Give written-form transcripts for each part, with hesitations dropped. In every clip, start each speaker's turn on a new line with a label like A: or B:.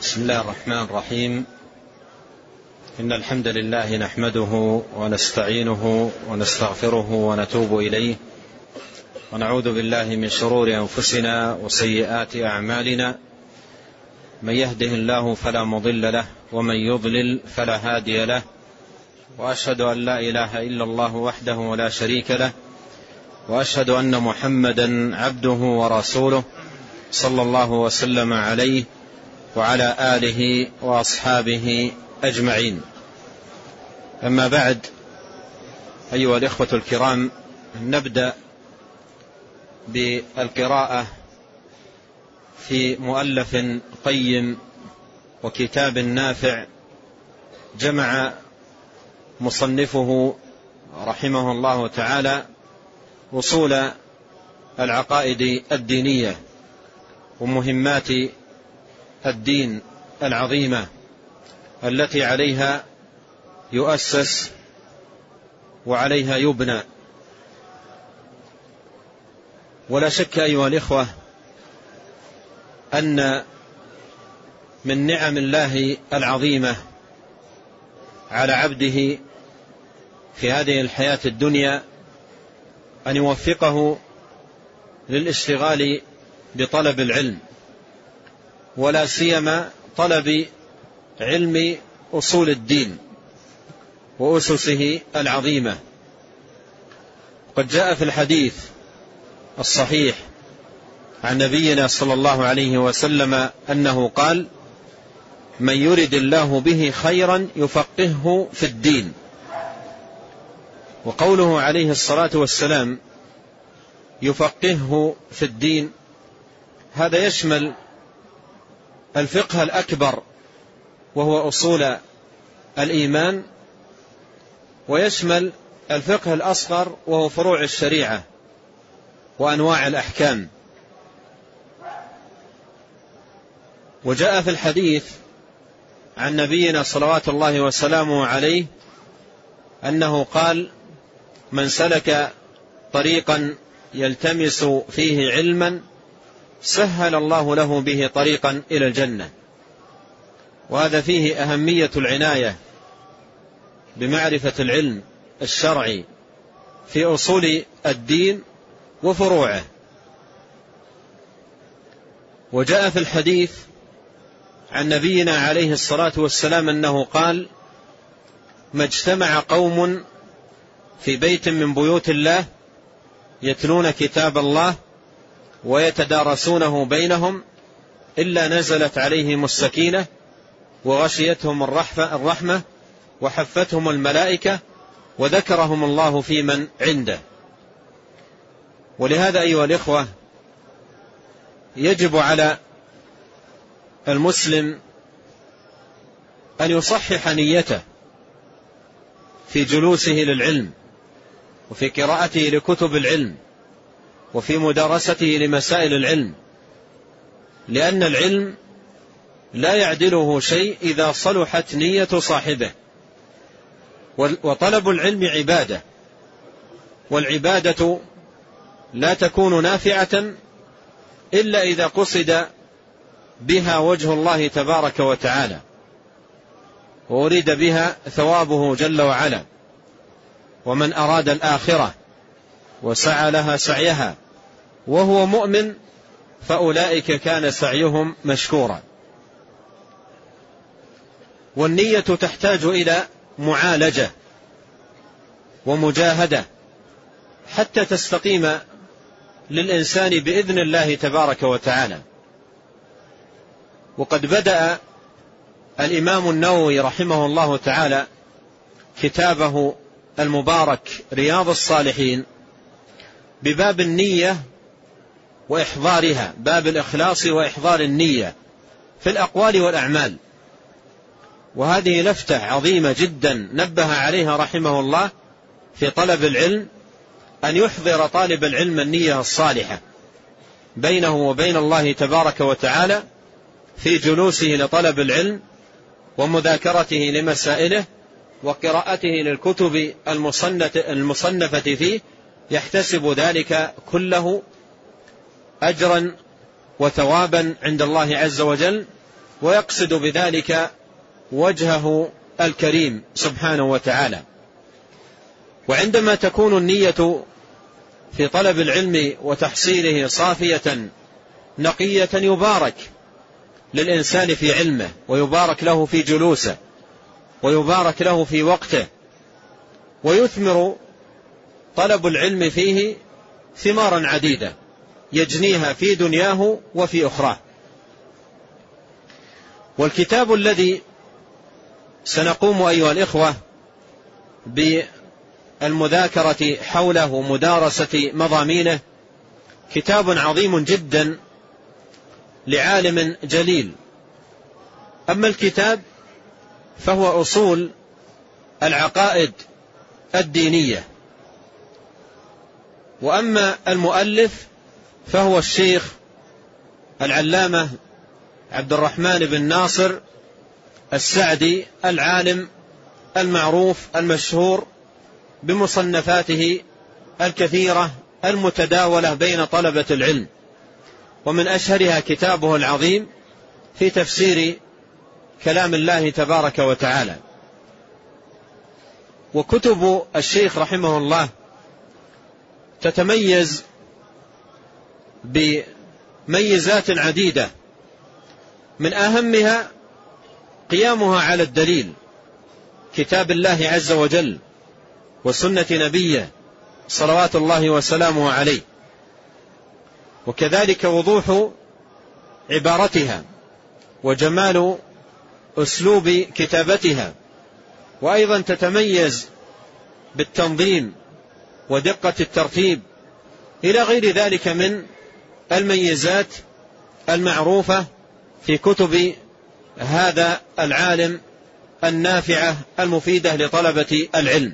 A: بسم الله الرحمن الرحيم. إن الحمد لله نحمده ونستعينه ونستغفره ونتوب إليه، ونعوذ بالله من شرور أنفسنا وسيئات أعمالنا. من يهده الله فلا مضل له، ومن يضلل فلا هادي له، وأشهد أن لا إله إلا الله وحده لا شريك له، وأشهد أن محمدا عبده ورسوله صلى الله وسلم عليه وعلى آله وأصحابه أجمعين. أما بعد، أيها الإخوة الكرام، نبدأ بالقراءة في مؤلف قيم وكتاب نافع جمع مصنفه رحمه الله تعالى أصول العقائد الدينية ومهمات الدين العظيمة التي عليها يؤسس وعليها يبنى. ولا شك أيها الإخوة أن من نعم الله العظيمة على عبده في هذه الحياة الدنيا أن يوفقه للاشتغال بطلب العلم، ولا سيما طلب علم أصول الدين وأسسه العظيمة. قد جاء في الحديث الصحيح عن نبينا صلى الله عليه وسلم أنه قال: من يرد الله به خيرا يفقهه في الدين. وقوله عليه الصلاة والسلام يفقهه في الدين، هذا يشمل الفقه الأكبر وهو أصول الإيمان، ويشمل الفقه الأصغر وهو فروع الشريعة وأنواع الأحكام. وجاء في الحديث عن نبينا صلوات الله وسلامه عليه أنه قال: من سلك طريقا يلتمس فيه علما سهل الله له به طريقا إلى الجنة. وهذا فيه أهمية العناية بمعرفة العلم الشرعي في أصول الدين وفروعه. وجاء في الحديث عن نبينا عليه الصلاة والسلام أنه قال: ما اجتمع قوم في بيت من بيوت الله يتلون كتاب الله ويتدارسونه بينهم إلا نزلت عليهم السكينة وغشيتهم الرحمة وحفتهم الملائكة وذكرهم الله في من عنده. ولهذا أيها الإخوة يجب على المسلم أن يصحح نيته في جلوسه للعلم وفي قراءته لكتب العلم وفي مدارسته لمسائل العلم، لأن العلم لا يعدله شيء إذا صلحت نية صاحبه. وطلب العلم عبادة، والعبادة لا تكون نافعة إلا إذا قصد بها وجه الله تبارك وتعالى وأريد بها ثوابه جل وعلا. ومن أراد الآخرة وسعى لها سعيها وهو مؤمن فأولئك كان سعيهم مشكورا. والنية تحتاج إلى معالجة ومجاهدة حتى تستقيم للإنسان بإذن الله تبارك وتعالى. وقد بدأ الإمام النووي رحمه الله تعالى كتابه المبارك رياض الصالحين بباب النية وإحضارها، باب الإخلاص وإحضار النية في الأقوال والأعمال. وهذه لفتة عظيمة جدا نبه عليها رحمه الله في طلب العلم، أن يحضر طالب العلم النية الصالحة بينه وبين الله تبارك وتعالى في جلوسه لطلب العلم ومذاكرته لمسائله وقراءته للكتب المصنفة فيه، يحتسب ذلك كله أجرا وثوابا عند الله عز وجل، ويقصد بذلك وجهه الكريم سبحانه وتعالى. وعندما تكون النية في طلب العلم وتحصيله صافية نقية يبارك للإنسان في علمه، ويبارك له في جلوسه، ويبارك له في وقته، ويثمر طلب العلم فيه ثمارا عديدة يجنيها في دنياه وفي أخراه. والكتاب الذي سنقوم أيها الإخوة بالمذاكرة حوله ومدارسة مضامينه كتاب عظيم جدا لعالم جليل. أما الكتاب فهو أصول العقائد الدينية، وأما المؤلف فهو الشيخ العلامة عبد الرحمن بن ناصر السعدي، العالم المعروف المشهور بمصنفاته الكثيرة المتداولة بين طلبة العلم، ومن أشهرها كتابه العظيم في تفسير كلام الله تبارك وتعالى. وكتب الشيخ رحمه الله تتميز بميزات عديدة، من أهمها قيامها على الدليل، كتاب الله عز وجل وسنة نبيه صلوات الله وسلامه عليه، وكذلك وضوح عبارتها وجمال أسلوب كتابتها، وأيضا تتميز بالتنظيم ودقة الترتيب إلى غير ذلك من الميزات المعروفة في كتب هذا العالم النافعة المفيدة لطلبة العلم.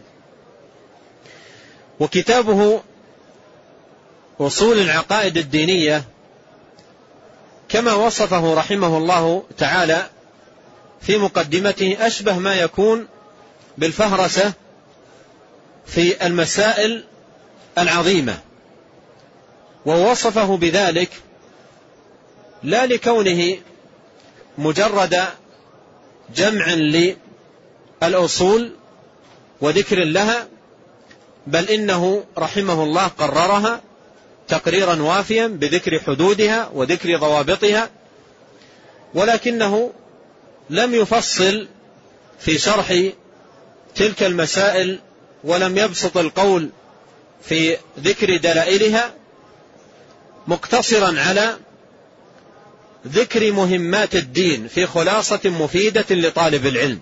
A: وكتابه أصول العقائد الدينية كما وصفه رحمه الله تعالى في مقدمته أشبه ما يكون بالفهرسة في المسائل العظيمة، ووصفه بذلك لا لكونه مجرد جمع للأصول وذكر لها، بل إنه رحمه الله قررها تقريرا وافيا بذكر حدودها وذكر ضوابطها، ولكنه لم يفصل في شرح تلك المسائل، ولم يبسط القول في ذكر دلائلها، مقتصرا على ذكر مهمات الدين في خلاصة مفيدة لطالب العلم.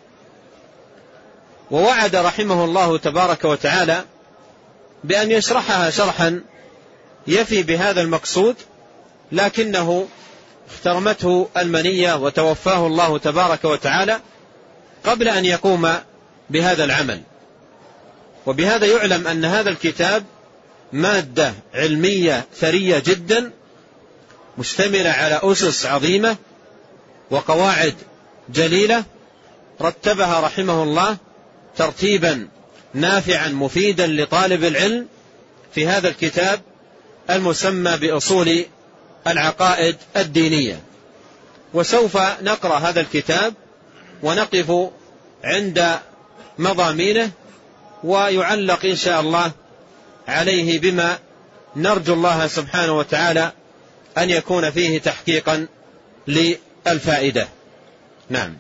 A: ووعد رحمه الله تبارك وتعالى بأن يشرحها شرحا يفي بهذا المقصود، لكنه اخترمته المنية وتوفاه الله تبارك وتعالى قبل أن يقوم بهذا العمل. وبهذا يعلم أن هذا الكتاب مادة علمية ثرية جدا، مشتملة على أسس عظيمة وقواعد جليلة رتبها رحمه الله ترتيبا نافعا مفيدا لطالب العلم في هذا الكتاب المسمى بأصول العقائد الدينية. وسوف نقرأ هذا الكتاب ونقف عند مضامينه، ويعلق إن شاء الله عليه بما نرجو الله سبحانه وتعالى أن يكون فيه تحقيقا للفائدة. نعم.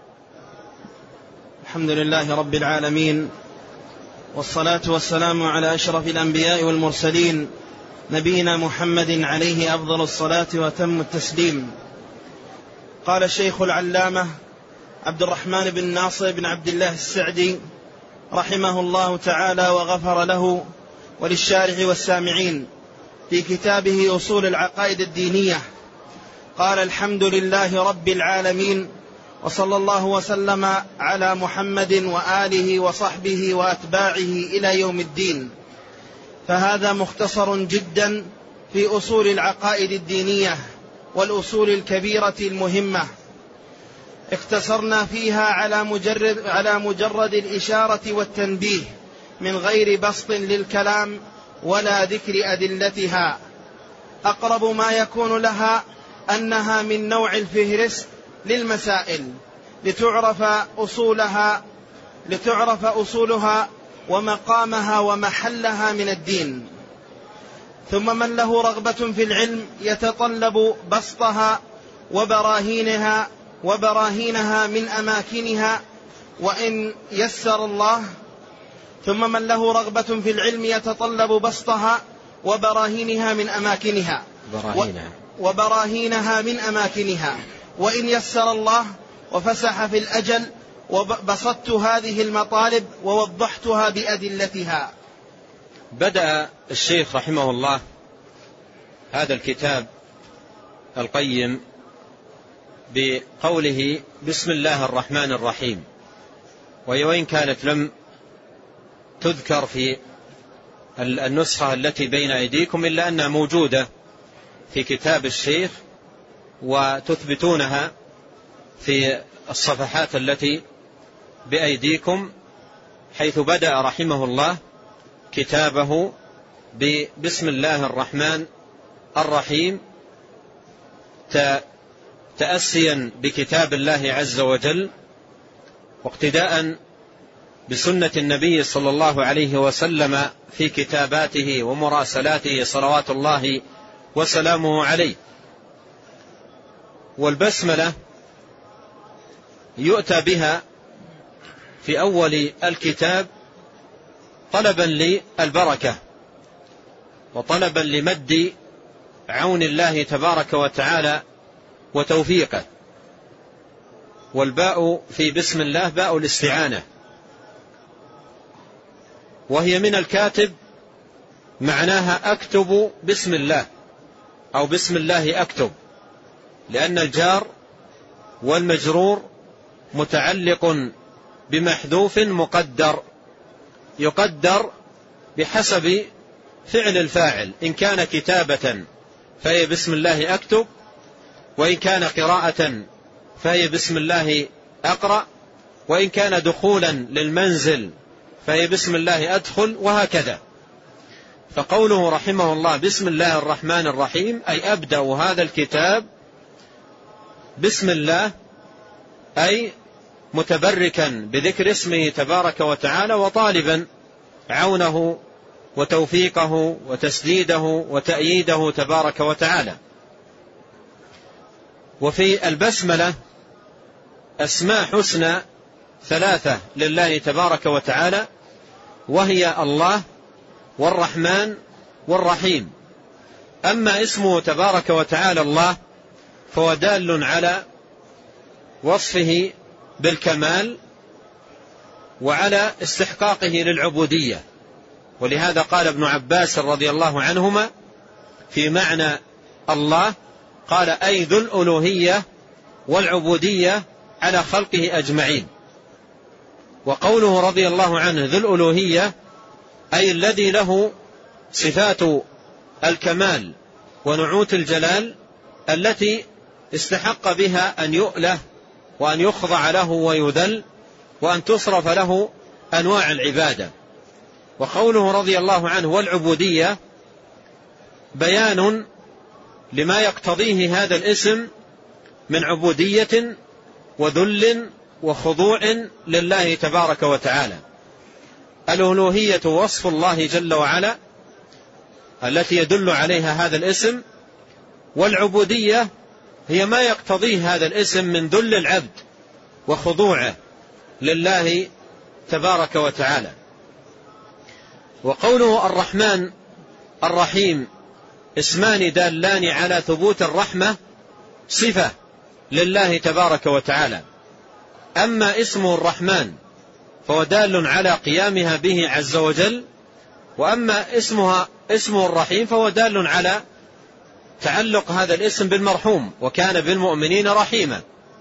B: الحمد لله رب العالمين، والصلاة والسلام على أشرف الأنبياء والمرسلين، نبينا محمد عليه أفضل الصلاة وتم التسليم. قال الشيخ العلامة عبد الرحمن بن ناصر بن عبد الله السعدي رحمه الله تعالى وغفر له وللشارح والسامعين في كتابه أصول العقائد الدينية، قال: الحمد لله رب العالمين، وصلى الله وسلم على محمد وآله وصحبه وأتباعه إلى يوم الدين. فهذا مختصر جدا في أصول العقائد الدينية والأصول الكبيرة المهمة، اختصرنا فيها على مجرد الإشارة والتنبيه من غير بسط للكلام ولا ذكر أدلتها. أقرب ما يكون لها أنها من نوع الفهرست للمسائل لتعرف أصولها ومقامها ومحلها من الدين. ثم من له رغبة في العلم يتطلب بسطها وبراهينها من أماكنها وإن يسر الله ثم من له رغبة في العلم يتطلب بسطها وبراهينها من أماكنها وإن يسر الله وفسح في الأجل وبسطت هذه المطالب ووضحتها بأدلتها.
A: بدأ الشيخ رحمه الله هذا الكتاب القيم بقوله بسم الله الرحمن الرحيم، وإن كانت لم تذكر في النسخة التي بين أيديكم إلا أنها موجودة في كتاب الشيخ وتثبتونها في الصفحات التي بأيديكم، حيث بدأ رحمه الله كتابه بسم الله الرحمن الرحيم تأسيا بكتاب الله عز وجل واقتداء بسنة النبي صلى الله عليه وسلم في كتاباته ومراسلاته صلوات الله وسلامه عليه. والبسملة يؤتى بها في أول الكتاب طلبا للبركة وطلبا لمد عون الله تبارك وتعالى وتوفيقه. والباء في بسم الله باء الاستعانة، وهي من الكاتب معناها أكتب بسم الله أو بسم الله أكتب، لأن الجار والمجرور متعلق بمحذوف مقدر يقدر بحسب فعل الفاعل، إن كان كتابة فهي بسم الله أكتب، وإن كان قراءة فهي بسم الله أقرأ، وإن كان دخولا للمنزل فهي بسم الله أدخل، وهكذا. فقوله رحمه الله بسم الله الرحمن الرحيم أي أبدأ هذا الكتاب بسم الله، أي متبركا بذكر اسمه تبارك وتعالى وطالبا عونه وتوفيقه وتسديده وتأييده تبارك وتعالى. وفي البسملة أسماء حسنى ثلاثة لله تبارك وتعالى، وهي الله والرحمن والرحيم. أما اسمه تبارك وتعالى الله فهو دال على وصفه بالكمال وعلى استحقاقه للعبودية، ولهذا قال ابن عباس رضي الله عنهما في معنى الله قال أي ذو الألوهية والعبودية على خلقه أجمعين. وقوله رضي الله عنه ذو الألوهية أي الذي له صفات الكمال ونعوت الجلال التي استحق بها أن يؤله وأن يخضع له ويذل وأن تصرف له أنواع العبادة. وقوله رضي الله عنه والعبودية بيان لما يقتضيه هذا الاسم من عبودية وذل وخضوع لله تبارك وتعالى. الألوهية وصف الله جل وعلا التي يدل عليها هذا الاسم، والعبودية هي ما يقتضيه هذا الاسم من ذل العبد وخضوعه لله تبارك وتعالى. وقوله الرحمن الرحيم اسمان دالان على ثبوت الرحمة صفة لله تبارك وتعالى. أما اسمه الرحمن فهو دال على قيامها به عز وجل، وأما اسمه الرحيم فهو دال على تعلق هذا الاسم بالمرحوم وكان بالمؤمنين رحيما.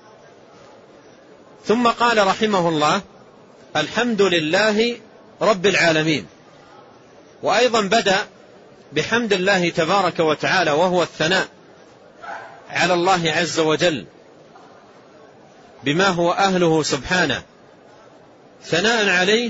A: ثم قال رحمه الله الحمد لله رب العالمين. وأيضا بدأ بحمد الله تبارك وتعالى وهو الثناء على الله عز وجل بما هو أهله سبحانه، ثناء عليه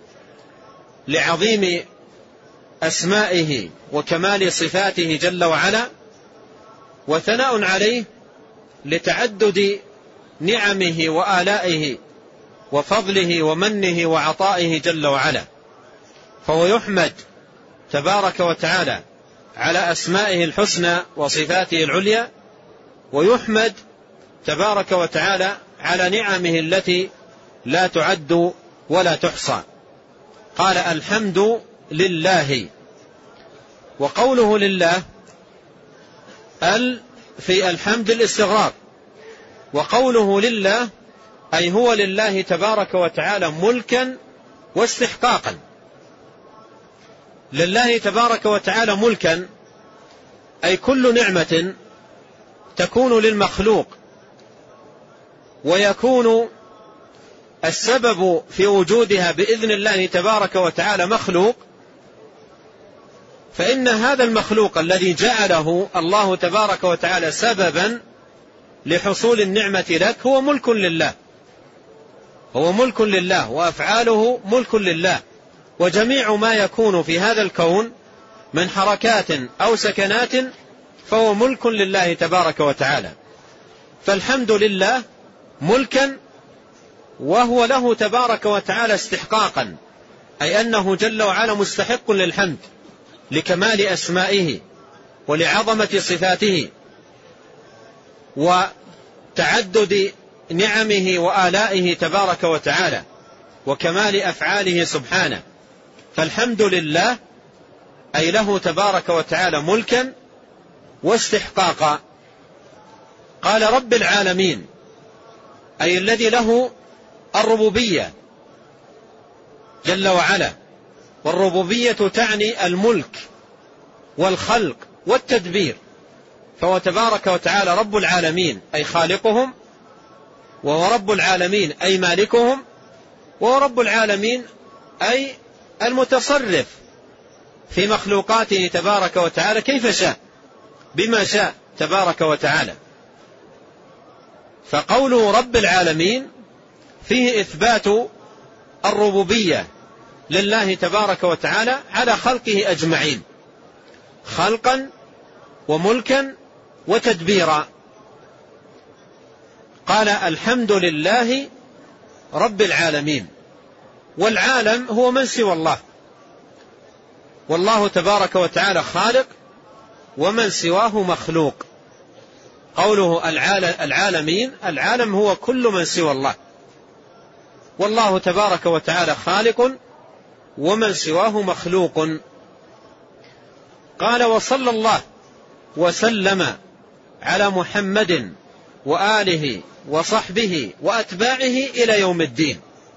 A: لعظيم أسمائه وكمال صفاته جل وعلا، وثناء عليه لتعدد نعمه وآلائه وفضله ومنه وعطائه جل وعلا، فهو يحمد تبارك وتعالى على أسمائه الحسنى وصفاته العليا، ويحمد تبارك وتعالى على نعمه التي لا تعد ولا تحصى. قال الحمد لله. وقوله لله في الحمد الاستغراق، وقوله لله أي هو لله تبارك وتعالى ملكا واستحقاقا. لله تبارك وتعالى ملكا أي كل نعمة تكون للمخلوق ويكون السبب في وجودها بإذن الله تبارك وتعالى مخلوق، فإن هذا المخلوق الذي جعله الله تبارك وتعالى سببا لحصول النعمة لك هو ملك لله، هو ملك لله، وأفعاله ملك لله، وجميع ما يكون في هذا الكون من حركات أو سكنات فهو ملك لله تبارك وتعالى. فالحمد لله ملكا، وهو له تبارك وتعالى استحقاقا، أي أنه جل وعلا مستحق للحمد لكمال أسمائه ولعظمة صفاته وتعدد نعمه وآلائه تبارك وتعالى وكمال أفعاله سبحانه. فالحمد لله أي له تبارك وتعالى ملكا واستحقاقا. قال رب العالمين أي الذي له الربوبية جل وعلا، والربوبية تعني الملك والخلق والتدبير، فهو تبارك وتعالى رب العالمين أي خالقهم، وهو رب العالمين أي مالكهم، وهو رب العالمين أي المتصرف في مخلوقاته تبارك وتعالى كيف شاء بما شاء تبارك وتعالى. فقوله رب العالمين فيه إثبات الربوبية لله تبارك وتعالى على خلقه أجمعين، خلقا وملكا وتدبيرا. قال الحمد لله رب العالمين. والعالم هو من سوى الله، والله تبارك وتعالى خالق ومن سواه مخلوق. قوله العالمين، العالم هو كل من سوى الله، والله تبارك وتعالى خالق ومن سواه مخلوق. قال وصلى الله وسلم على محمد وآله وصحبه وأتباعه إلى يوم الدين.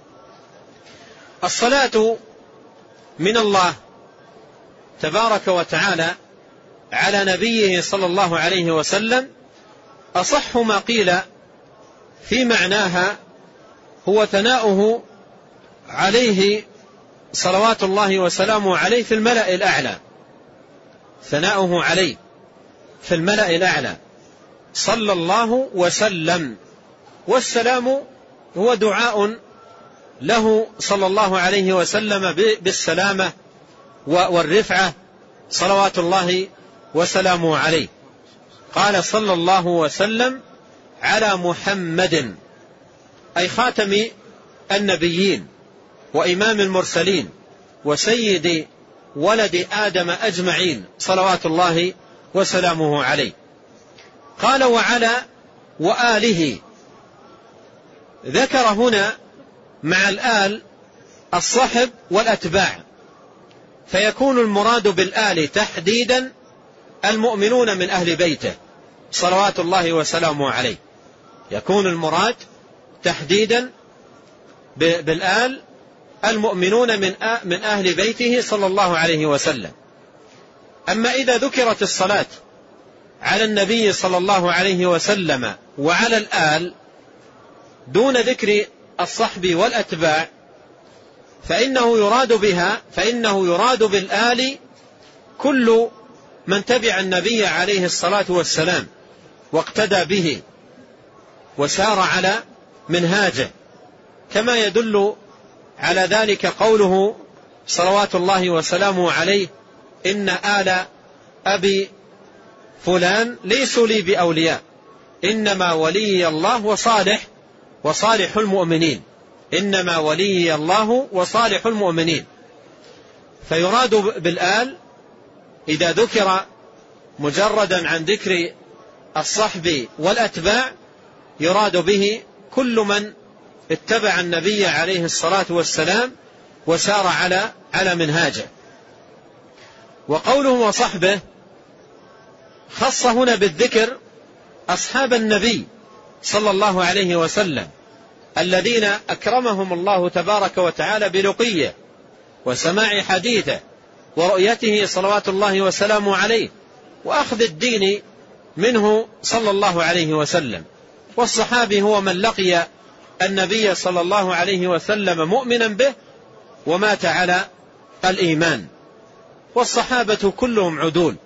A: الصلاة من الله تبارك وتعالى على نبيه صلى الله عليه وسلم أصح ما قيل في معناها هو ثناؤه عليه صلوات الله وسلامه عليه في الملأ الأعلى، ثناؤه عليه في الملأ الأعلى صلى الله وسلم. والسلام هو دعاء له صلى الله عليه وسلم بالسلامة والرفعة صلوات الله وسلامه عليه. قال صلى الله وسلم على محمد أي خاتم النبيين وإمام المرسلين وسيد ولد آدم أجمعين صلوات الله وسلامه عليه. قال وعلى وآله، ذكر هنا مع الآل الصحب والأتباع، فيكون المراد بالآل تحديدا المؤمنون من أهل بيته صلوات الله وسلامه عليه، يكون المراد تحديدا بالآل المؤمنون من أهل بيته صلى الله عليه وسلم. أما إذا ذكرت الصلاة على النبي صلى الله عليه وسلم وعلى الآل دون ذكر الصحب والأتباع فإنه يراد بالآل كل من تبع النبي عليه الصلاة والسلام واقتدى به وسار على منهاجه، كما يدل على ذلك قوله صلوات الله وسلامه عليه إن آل أبي فلان ليسوا لي بأولياء إنما ولي الله وصالح وصالح المؤمنين، إنما ولي الله وصالح المؤمنين. فيراد بالآل إذا ذكر مجردا عن ذكر الصحب والأتباع يراد به كل من اتبع النبي عليه الصلاة والسلام وسار على منهاجه. وقوله وصحبه خص هنا بالذكر أصحاب النبي صلى الله عليه وسلم الذين أكرمهم الله تبارك وتعالى بلقيه وسماع حديثه ورؤيته صلوات الله وسلامه عليه وأخذ الدين منه صلى الله عليه وسلم. والصحابي هو من لقي النبي صلى الله عليه وسلم مؤمنا به ومات على الإيمان. والصحابة كلهم عدول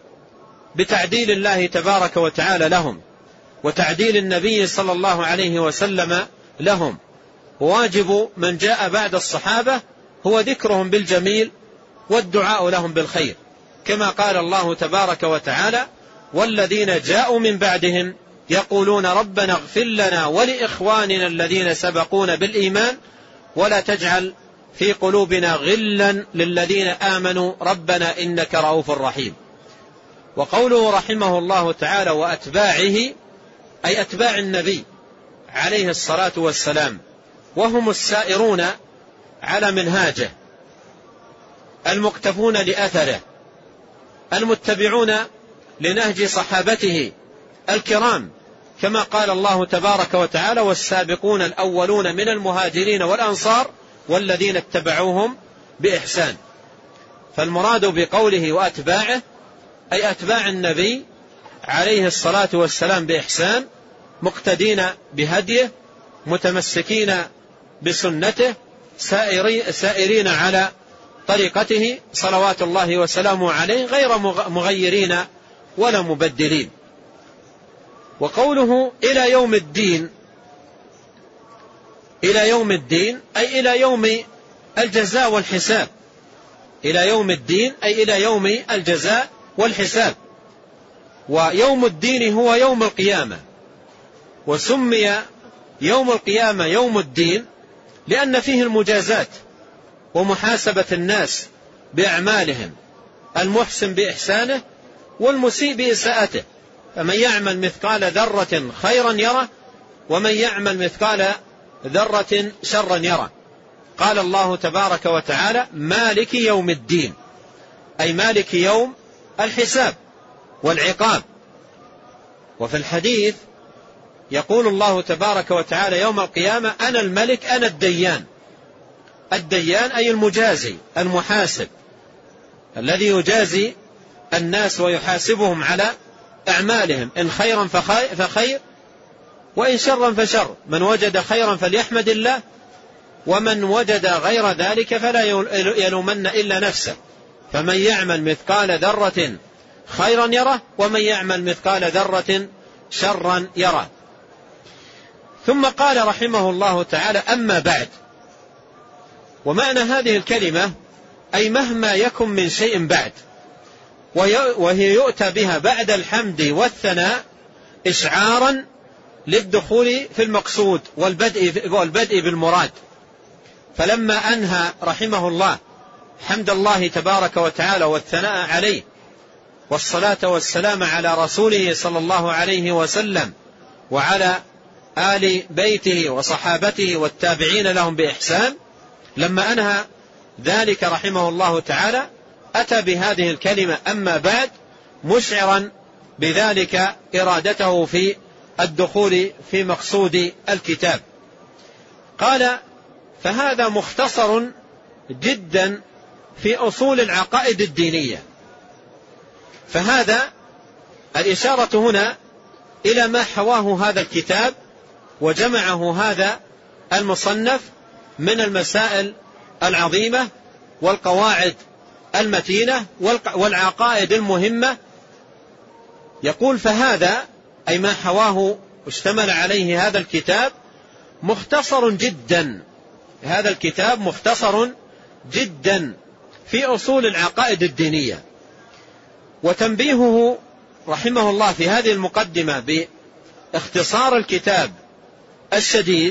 A: بتعديل الله تبارك وتعالى لهم وتعديل النبي صلى الله عليه وسلم لهم. واجب من جاء بعد الصحابة هو ذكرهم بالجميل والدعاء لهم بالخير، كما قال الله تبارك وتعالى والذين جاءوا من بعدهم يقولون ربنا اغفر لنا ولإخواننا الذين سبقونا بالإيمان ولا تجعل في قلوبنا غلا للذين آمنوا ربنا إنك رؤوف رحيم. وقوله رحمه الله تعالى وأتباعه أي أتباع النبي عليه الصلاة والسلام، وهم السائرون على منهاجه المقتفون لأثره المتبعون لنهج صحابته الكرام، كما قال الله تبارك وتعالى والسابقون الأولون من المهاجرين والأنصار والذين اتبعوهم بإحسان. فالمراد بقوله وأتباعه أي أتباع النبي عليه الصلاة والسلام بإحسان، مقتدين بهديه متمسكين بسنته سائرين على طريقته صلوات الله وسلامه عليه غير مغيرين ولا مبدلين. وقوله إلى يوم الدين، إلى يوم الدين أي إلى يوم الجزاء والحساب. إلى يوم الدين أي إلى يوم الجزاء والحساب. ويوم الدين هو يوم القيامة، وسمي يوم القيامة يوم الدين لأن فيه المجازات ومحاسبة الناس بأعمالهم، المحسن بإحسانه والمسيء بإساءته. فمن يعمل مثقال ذرة خيرا يره ومن يعمل مثقال ذرة شرا يره. قال الله تبارك وتعالى مالك يوم الدين أي مالك يوم الحساب والعقاب. وفي الحديث يقول الله تبارك وتعالى يوم القيامة أنا الملك أنا الديان. الديان أي المجازي المحاسب الذي يجازي الناس ويحاسبهم على أعمالهم، إن خيرا فخير وإن شرا فشر. من وجد خيرا فليحمد الله ومن وجد غير ذلك فلا يلومن إلا نفسه. فمن يعمل مثقال ذرة خيرا يره ومن يعمل مثقال ذرة شرا يره. ثم قال رحمه الله تعالى أما بعد. ومعنى هذه الكلمة أي مهما يكن من شيء بعد، وهي يؤتى بها بعد الحمد والثناء إشعارا للدخول في المقصود والبدء بالمراد. فلما أنهى رحمه الله حمد الله تبارك وتعالى والثناء عليه والصلاة والسلام على رسوله صلى الله عليه وسلم وعلى آل بيته وصحابته والتابعين لهم بإحسان، لما أنهى ذلك رحمه الله تعالى أتى بهذه الكلمة أما بعد مشعرا بذلك إرادته في الدخول في مقصود الكتاب. قال فهذا مختصر جدا في أصول العقائد الدينية. فهذا الإشارة هنا إلى ما حواه هذا الكتاب وجمعه هذا المصنف من المسائل العظيمة والقواعد المتينة والعقائد المهمة. يقول فهذا أي ما حواه واشتمل عليه هذا الكتاب مختصر جدا. هذا الكتاب مختصر جدا في أصول العقائد الدينية. وتنبيهه رحمه الله في هذه المقدمة باختصار الكتاب الشديد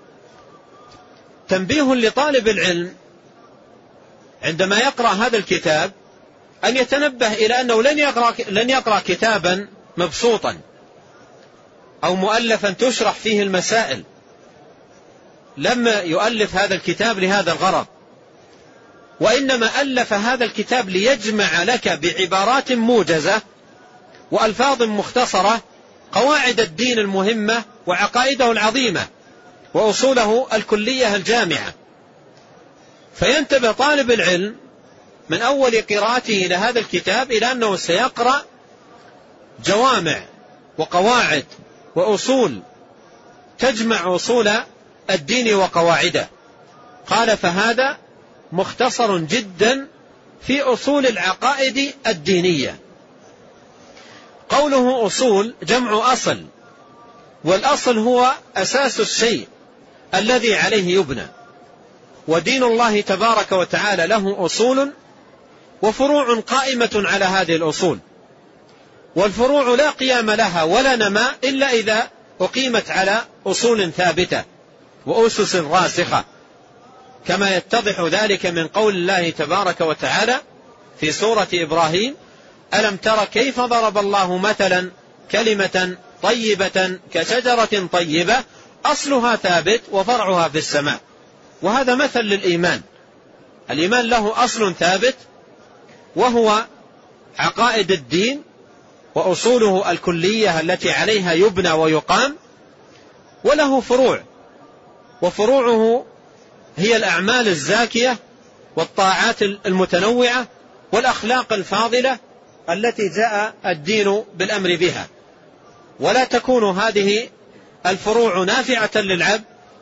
A: تنبيه لطالب العلم عندما يقرأ هذا الكتاب أن يتنبه إلى أنه لن يقرأ كتابا مبسوطا أو مؤلفا تشرح فيه المسائل. لم يؤلف هذا الكتاب لهذا الغرض، وإنما ألف هذا الكتاب ليجمع لك بعبارات موجزة وألفاظ مختصرة قواعد الدين المهمة وعقائده العظيمة وأصوله الكلية الجامعة. فينتبه طالب العلم من أول قراءته لهذا الكتاب إلى أنه سيقرأ جوامع وقواعد وأصول تجمع أصول الدين وقواعده. قال: فهذا مختصر جدا في أصول العقائد الدينية. قوله أصول جمع أصل، والأصل هو أساس الشيء الذي عليه يبنى، ودين الله تبارك وتعالى له أصول وفروع قائمة على هذه الأصول، والفروع لا قيام لها ولا نماء إلا إذا أقيمت على أصول ثابتة وأسس راسخة، كما يتضح ذلك من قول الله تبارك وتعالى في سورة إبراهيم: ألم تر كيف ضرب الله مثلا كلمة طيبة كشجرة طيبة أصلها ثابت وفرعها في السماء. وهذا مثل للإيمان. الإيمان له أصل ثابت وهو عقائد الدين وأصوله الكلية التي عليها يبنى ويقام، وله فروع، وفروعه هي الأعمال الزاكية والطاعات المتنوعة والأخلاق الفاضلة التي جاء الدين بالأمر بها. ولا تكون هذه الفروع نافعة للعبد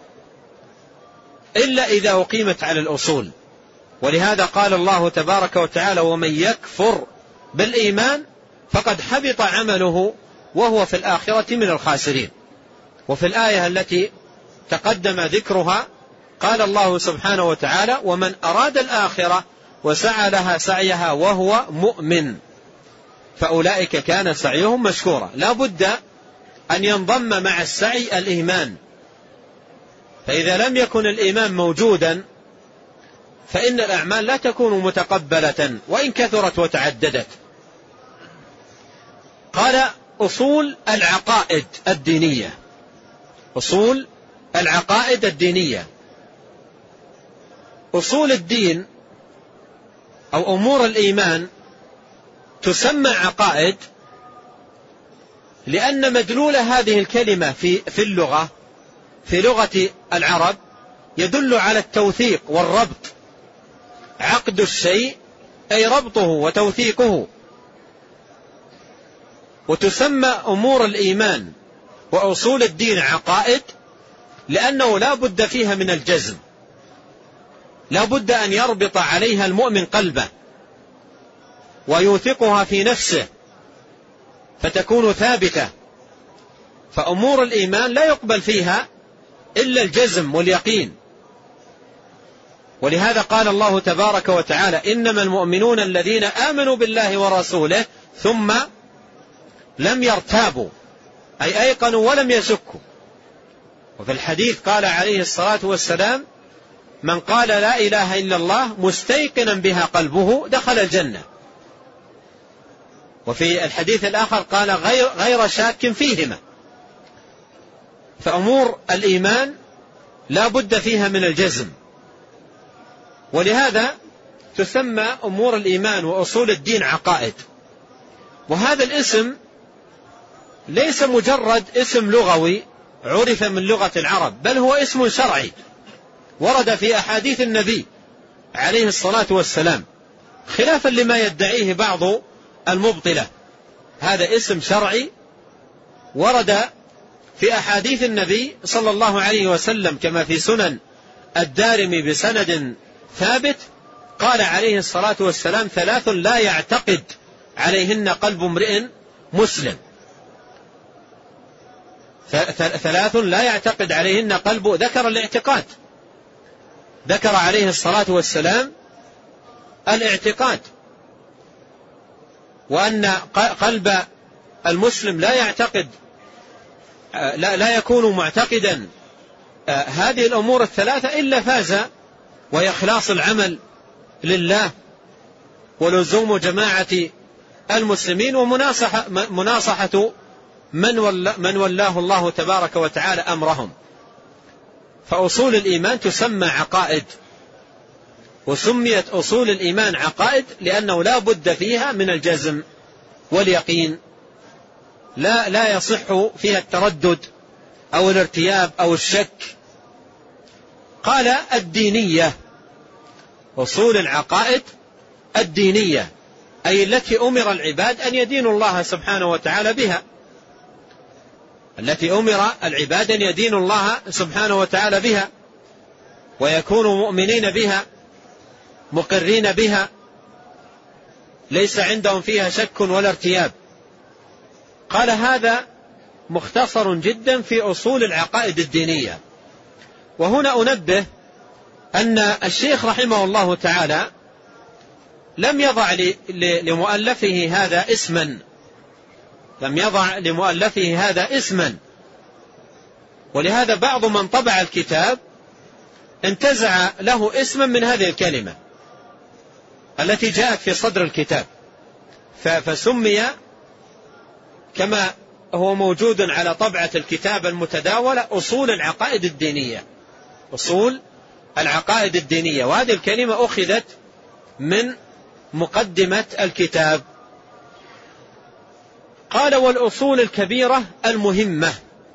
A: إلا إذا أقيمت على الأصول. ولهذا قال الله تبارك وتعالى: ومن يكفر بالإيمان فقد حبط عمله وهو في الآخرة من الخاسرين. وفي الآية التي تقدم ذكرها قال الله سبحانه وتعالى: ومن أراد الآخرة وسعى لها سعيها وهو مؤمن فأولئك كان سعيهم مشكورا. لا بد أن ينضم مع السعي الإيمان، فإذا لم يكن الإيمان موجودا فإن الأعمال لا تكون متقبلة وإن كثرت وتعددت. قال: أصول العقائد الدينية. أصول العقائد الدينية. أصول الدين أو أمور الإيمان تسمى عقائد لأن مدلول هذه الكلمة في اللغة، في لغة العرب، يدل على التوثيق والربط. عقد الشيء أي ربطه وتوثيقه. وتسمى أمور الإيمان وأصول الدين عقائد لأنه لا بد فيها من الجزم، لا بد أن يربط عليها المؤمن قلبه ويوثقها في نفسه فتكون ثابتة. فأمور الإيمان لا يقبل فيها إلا الجزم واليقين. ولهذا قال الله تبارك وتعالى: إنما المؤمنون الذين آمنوا بالله ورسوله ثم لم يرتابوا، أي أيقنوا ولم يشكوا. وفي الحديث قال عليه الصلاة والسلام: من قال لا إله إلا الله مستيقنا بها قلبه دخل الجنة. وفي الحديث الآخر قال: غير شاك فيهما. فأمور الإيمان لا بد فيها من الجزم، ولهذا تسمى أمور الإيمان وأصول الدين عقائد. وهذا الاسم ليس مجرد اسم لغوي عرف من لغة العرب، بل هو اسم شرعي ورد في أحاديث النبي عليه الصلاة والسلام، خلافا لما يدعيه بعض المبطلة. هذا اسم شرعي ورد في أحاديث النبي صلى الله عليه وسلم كما في سنن الدارمي بسند ثابت. قال عليه الصلاة والسلام: ثلاث لا يعتقد عليهن قلب امرئ مسلم. ثلاث لا يعتقد عليهن قلب، ذكر الاعتقاد، ذكر عليه الصلاة والسلام الاعتقاد، وأن قلب المسلم لا يعتقد، لا يكون معتقدا هذه الأمور الثلاثة إلا فاز، وهي إخلاص العمل لله، ولزوم جماعة المسلمين، ومناصحة من ولاه الله تبارك وتعالى أمرهم. فأصول الإيمان تسمى عقائد، وسميت أصول الإيمان عقائد لأنه لا بد فيها من الجزم واليقين، لا يصح فيها التردد أو الارتياب أو الشك. قال الدينية، أصول العقائد الدينية، أي التي أمر العباد أن يدينوا الله سبحانه وتعالى بها، التي أمر العباد أن يدينوا الله سبحانه وتعالى بها، ويكونوا مؤمنين بها مقرين بها، ليس عندهم فيها شك ولا ارتياب. قال هذا مختصر جدا في أصول العقائد الدينية. وهنا أنبه أن الشيخ رحمه الله تعالى لم يضع لمؤلفه هذا اسما، لم يضع لمؤلفه هذا اسما، ولهذا بعض من طبع الكتاب انتزع له اسما من هذه الكلمة التي جاءت في صدر الكتاب، فسمي كما هو موجود على طبعة الكتاب المتداولة أصول العقائد الدينية، أصول العقائد الدينية. وهذه الكلمة أخذت من مقدمة الكتاب. قال والأصول الكبيرة المهمة،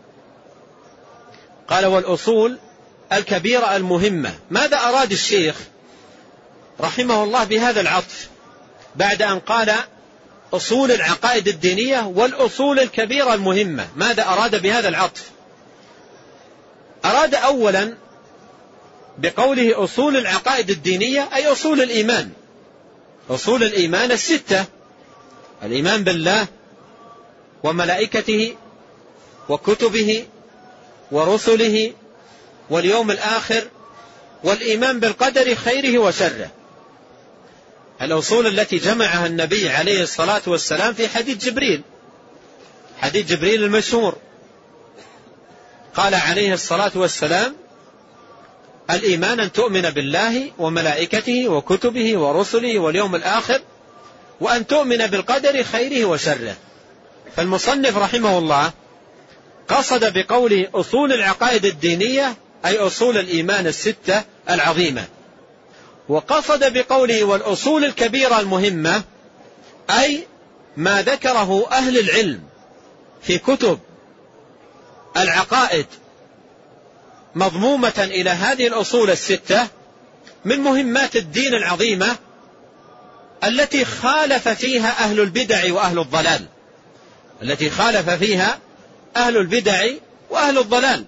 A: قال والأصول الكبيرة المهمة. ماذا أراد الشيخ رحمه الله بهذا العطف بعد أن قال أصول العقائد الدينية والأصول الكبيرة المهمة؟ ماذا أراد بهذا العطف؟ أراد أولا بقوله أصول العقائد الدينية أي أصول الإيمان، أصول الإيمان الستة: الإيمان بالله وملائكته وكتبه ورسله واليوم الآخر والإيمان بالقدر خيره وشره. الأصول التي جمعها النبي عليه الصلاة والسلام في حديث جبريل، حديث جبريل المشهور، قال عليه الصلاة والسلام: الإيمان أن تؤمن بالله وملائكته وكتبه ورسله واليوم الآخر وأن تؤمن بالقدر خيره وشره. فالمصنف رحمه الله قصد بقوله أصول العقائد الدينية أي أصول الإيمان الستة العظيمة، وقصد بقوله والأصول الكبيرة المهمة أي ما ذكره أهل العلم في كتب العقائد مضمومة إلى هذه الأصول الستة من مهمات الدين العظيمة التي خالف فيها أهل البدع وأهل الضلال، التي خالف فيها أهل البدع وأهل الضلال،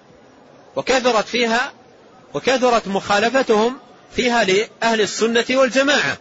A: وكثرت مخالفتهم فيها لأهل السنة والجماعة.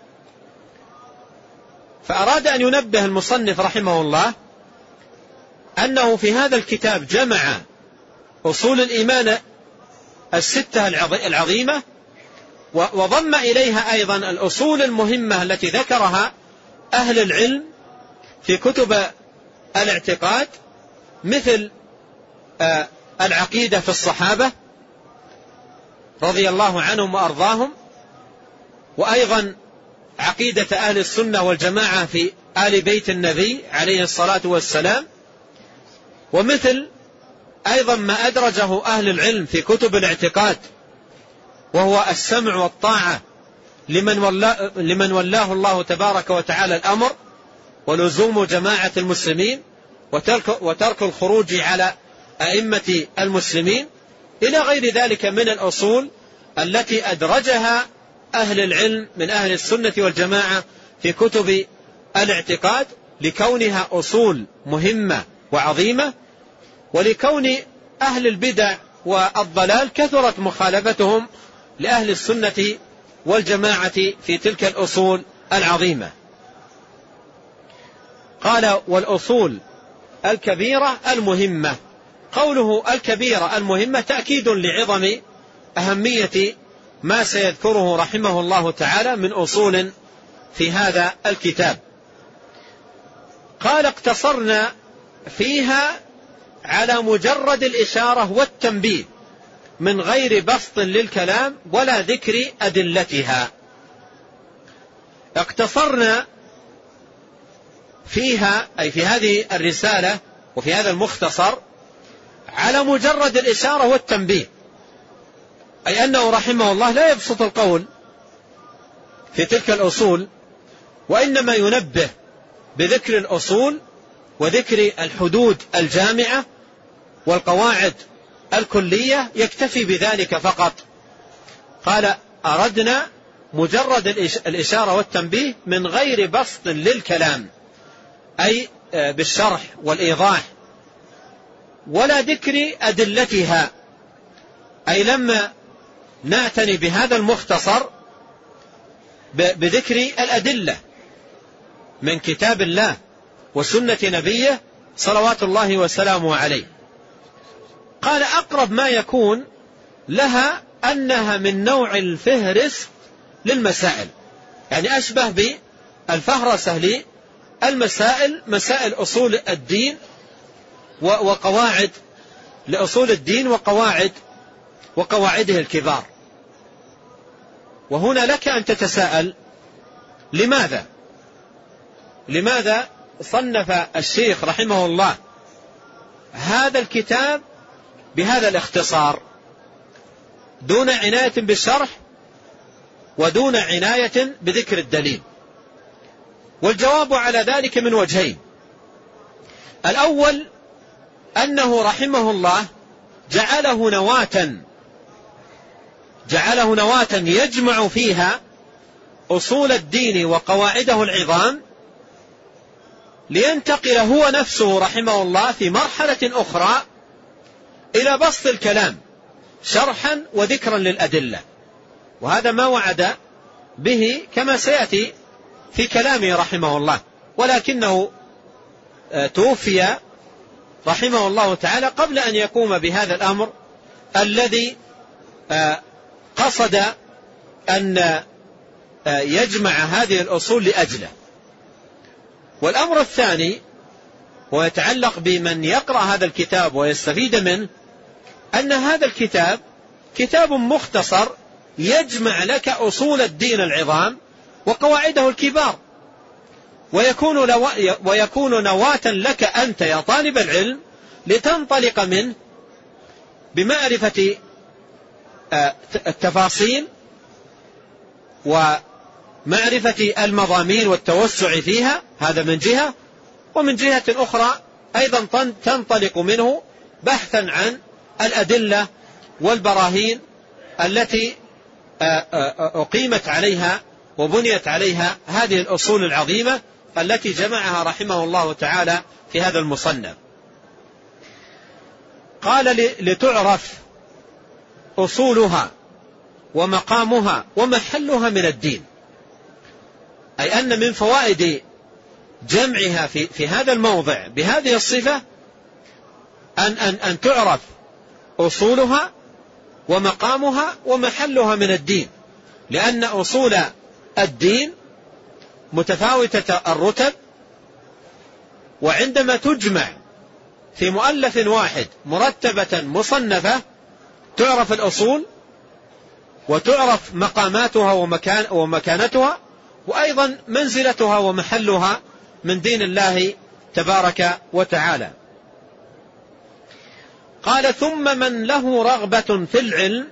A: فأراد أن ينبه المصنف رحمه الله أنه في هذا الكتاب جمع أصول الإيمان الستة العظيمة، وضم إليها أيضا الأصول المهمة التي ذكرها أهل العلم في كتب الاعتقاد، مثل العقيدة في الصحابة رضي الله عنهم وأرضاهم، وأيضا عقيدة أهل السنة والجماعة في آل بيت النبي عليه الصلاة والسلام، ومثل أيضا ما أدرجه أهل العلم في كتب الاعتقاد وهو السمع والطاعة لمن ولاه الله تبارك وتعالى الأمر، ولزوم جماعة المسلمين، وترك الخروج على أئمة المسلمين، إلى غير ذلك من الأصول التي أدرجها أهل العلم من أهل السنة والجماعة في كتب الاعتقاد، لكونها أصول مهمة وعظيمة، ولكون أهل البدع والضلال كثرت مخالفتهم لأهل السنة والجماعة في تلك الأصول العظيمة. قال والأصول الكبيرة المهمة. قوله الكبيرة المهمة تأكيد لعظم أهمية ما سيذكره رحمه الله تعالى من أصول في هذا الكتاب. قال اقتصرنا فيها على مجرد الإشارة والتنبيه من غير بسط للكلام ولا ذكر أدلتها. اقتصرنا فيها أي في هذه الرسالة وفي هذا المختصر على مجرد الإشارة والتنبيه، أي أنه رحمه الله لا يبسط القول في تلك الأصول، وإنما ينبه بذكر الأصول وذكر الحدود الجامعة والقواعد الكلية، يكتفي بذلك فقط. قال أردنا مجرد الإشارة والتنبيه من غير بسط للكلام، أي بالشرح والإيضاح، ولا ذكر أدلتها، أي لما نعتني بهذا المختصر بذكر الأدلة من كتاب الله وسنة نبيه صلوات الله وسلامه عليه. قال أقرب ما يكون لها أنها من نوع الفهرس للمسائل، يعني أشبه بالفهرسة للمسائل، مسائل أصول الدين وقواعد لأصول الدين وقواعده الكبار. وهنا لك أن تتساءل لماذا صنف الشيخ رحمه الله هذا الكتاب بهذا الاختصار دون عناية بالشرح ودون عناية بذكر الدليل؟ والجواب على ذلك من وجهين. الأول أنه رحمه الله جعله نواة يجمع فيها أصول الدين وقواعده العظام، لينتقل هو نفسه رحمه الله في مرحلة أخرى إلى بسط الكلام شرحا وذكرا للأدلة. وهذا ما وعد به كما سيأتي في كلامه رحمه الله، ولكنه توفي رحمه الله تعالى قبل أن يقوم بهذا الأمر الذي قصد أن يجمع هذه الأصول لأجله. والأمر الثاني هو يتعلق بمن يقرأ هذا الكتاب ويستفيد منه، أن هذا الكتاب كتاب مختصر يجمع لك أصول الدين العظام وقواعده الكبار، ويكون نواة لك أنت يا طالب العلم لتنطلق منه بمعرفة التفاصيل ومعرفة المضامين والتوسع فيها، هذا من جهة، ومن جهة أخرى أيضا تنطلق منه بحثا عن الأدلة والبراهين التي أقيمت عليها وبنيت عليها هذه الأصول العظيمة التي جمعها رحمه الله تعالى في هذا المصنف. قال لتعرف أصولها ومقامها ومحلها من الدين، أي أن من فوائد جمعها في هذا الموضع بهذه الصفة أن تعرف أصولها ومقامها ومحلها من الدين، لأن أصول الدين متفاوتة الرتب، وعندما تجمع في مؤلف واحد مرتبة مصنفة تعرف الأصول وتعرف مقاماتها ومكانتها، وأيضا منزلتها ومحلها من دين الله تبارك وتعالى. قال ثم من له رغبة في العلم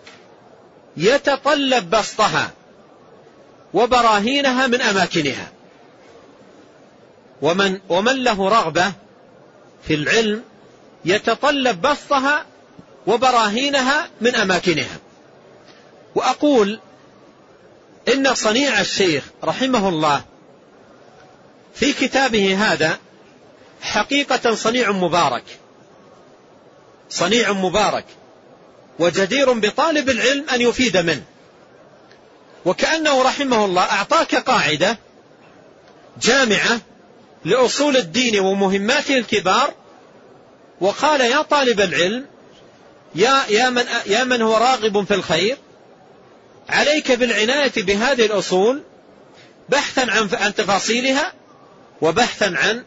A: يتطلب بسطها وبراهينها من أماكنها. ومن له رغبة في العلم يتطلب بسطها وبراهينها من أماكنها. وأقول إن صنيع الشيخ رحمه الله في كتابه هذا حقيقة صنيع مبارك وجدير بطالب العلم أن يفيد منه. وكأنه رحمه الله أعطاك قاعدة جامعة لأصول الدين ومهماته الكبار، وقال يا طالب العلم يا من هو راغب في الخير، عليك بالعناية بهذه الأصول بحثا عن تفاصيلها وبحثا عن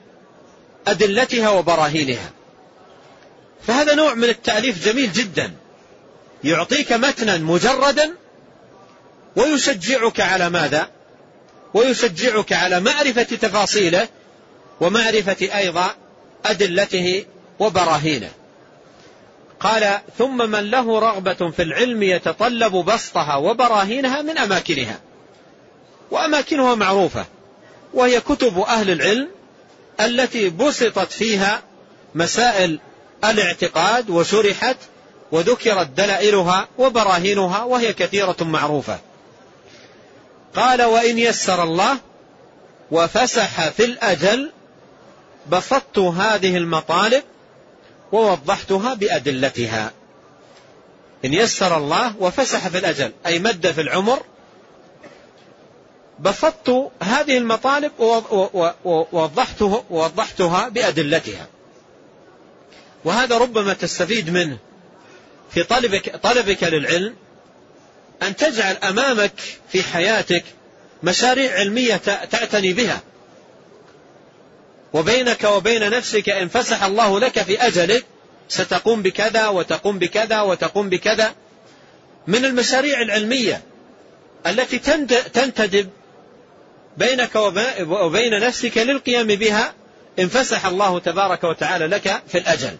A: أدلتها وبراهينها. فهذا نوع من التأليف جميل جدا يعطيك متنا مجردا ويشجعك على ماذا؟ ويشجعك على معرفة تفاصيله ومعرفة أيضا أدلته وبراهينه. قال: ثم من له رغبة في العلم يتطلب بسطها وبراهينها من أماكنها، وأماكنها معروفة، وهي كتب أهل العلم التي بسطت فيها مسائل الاعتقاد وشرحت وذكرت دلائلها وبراهينها، وهي كثيرة معروفة. قال: وإن يسر الله وفسح في الأجل بسطت هذه المطالب ووضحتها بأدلتها. إن يسر الله وفسح في الأجل أي مد في العمر، بسطت هذه المطالب ووضحتها بأدلتها. وهذا ربما تستفيد منه في طلبك للعلم، أن تجعل أمامك في حياتك مشاريع علمية تعتني بها، وبينك وبين نفسك إن فسح الله لك في أجلك ستقوم بكذا وتقوم بكذا وتقوم بكذا من المشاريع العلمية التي تنتدب بينك وبين نفسك للقيام بها إن فسح الله تبارك وتعالى لك في الأجل.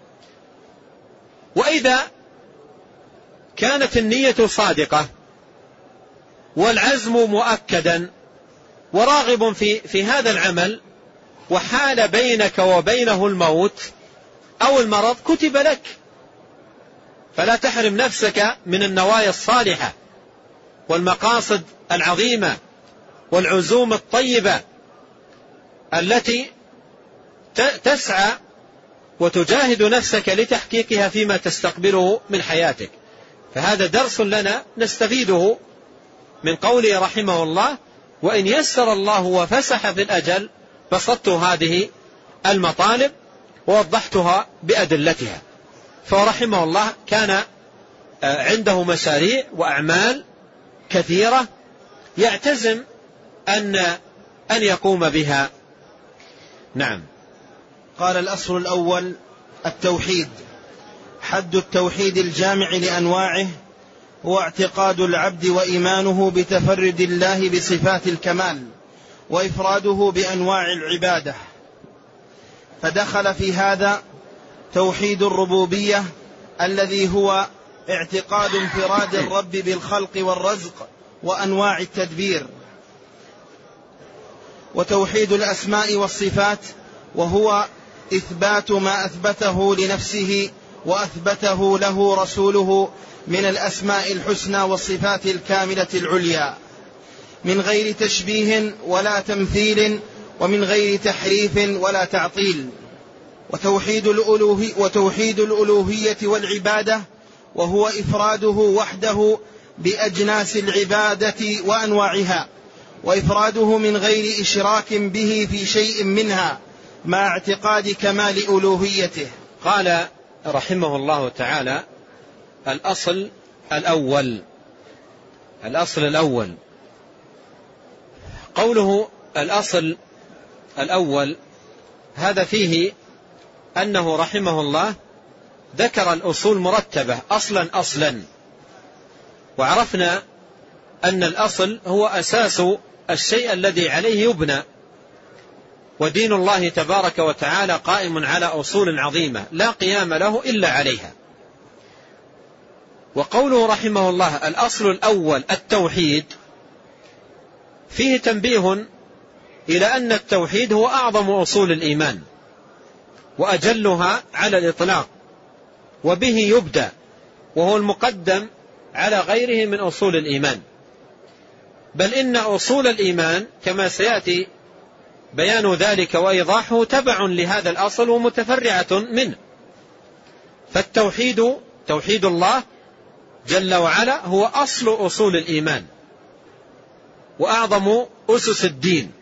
A: وإذا كانت النية صادقة والعزم مؤكدا وراغب في هذا العمل، وحال بينك وبينه الموت أو المرض، كتب لك. فلا تحرم نفسك من النوايا الصالحة والمقاصد العظيمة والعزوم الطيبة التي تسعى وتجاهد نفسك لتحقيقها فيما تستقبله من حياتك. فهذا درس لنا نستفيده من قوله رحمه الله: وإن يسر الله وفسح في الأجل بسطت هذه المطالب ووضحتها بأدلتها. فرحمه الله كان عنده مشاريع وأعمال كثيرة يعتزم أن يقوم بها. نعم.
B: قال: الأصل الأول التوحيد. حد التوحيد الجامع لأنواعه هو اعتقاد العبد وإيمانه بتفرد الله بصفات الكمال وإفراده بأنواع العبادة. فدخل في هذا توحيد الربوبية الذي هو اعتقاد انفراد الرب بالخلق والرزق وأنواع التدبير، وتوحيد الأسماء والصفات وهو إثبات ما أثبته لنفسه وأثبته له رسوله من الأسماء الحسنى والصفات الكاملة العليا، من غير تشبيه ولا تمثيل ومن غير تحريف ولا تعطيل. وتوحيد الألوهية والعبادة وهو إفراده وحده بأجناس العبادة وأنواعها، وإفراده من غير إشراك به في شيء منها مع اعتقاد كمال ألوهيته.
A: قال رحمه الله تعالى: الأصل الأول. قوله الأصل الأول هذا فيه أنه رحمه الله ذكر الأصول مرتبة أصلا، وعرفنا أن الأصل هو أساس الشيء الذي عليه يبنى، ودين الله تبارك وتعالى قائم على أصول عظيمة لا قيام له إلا عليها. وقوله رحمه الله الأصل الأول التوحيد فيه تنبيه إلى أن التوحيد هو أعظم أصول الإيمان وأجلها على الإطلاق، وبه يبدأ، وهو المقدم على غيره من أصول الإيمان. بل إن أصول الإيمان كما سيأتي بيان ذلك وإيضاحه تبع لهذا الأصل ومتفرعة منه. فالتوحيد توحيد الله جل وعلا هو أصل أصول الإيمان وأعظم أسس الدين،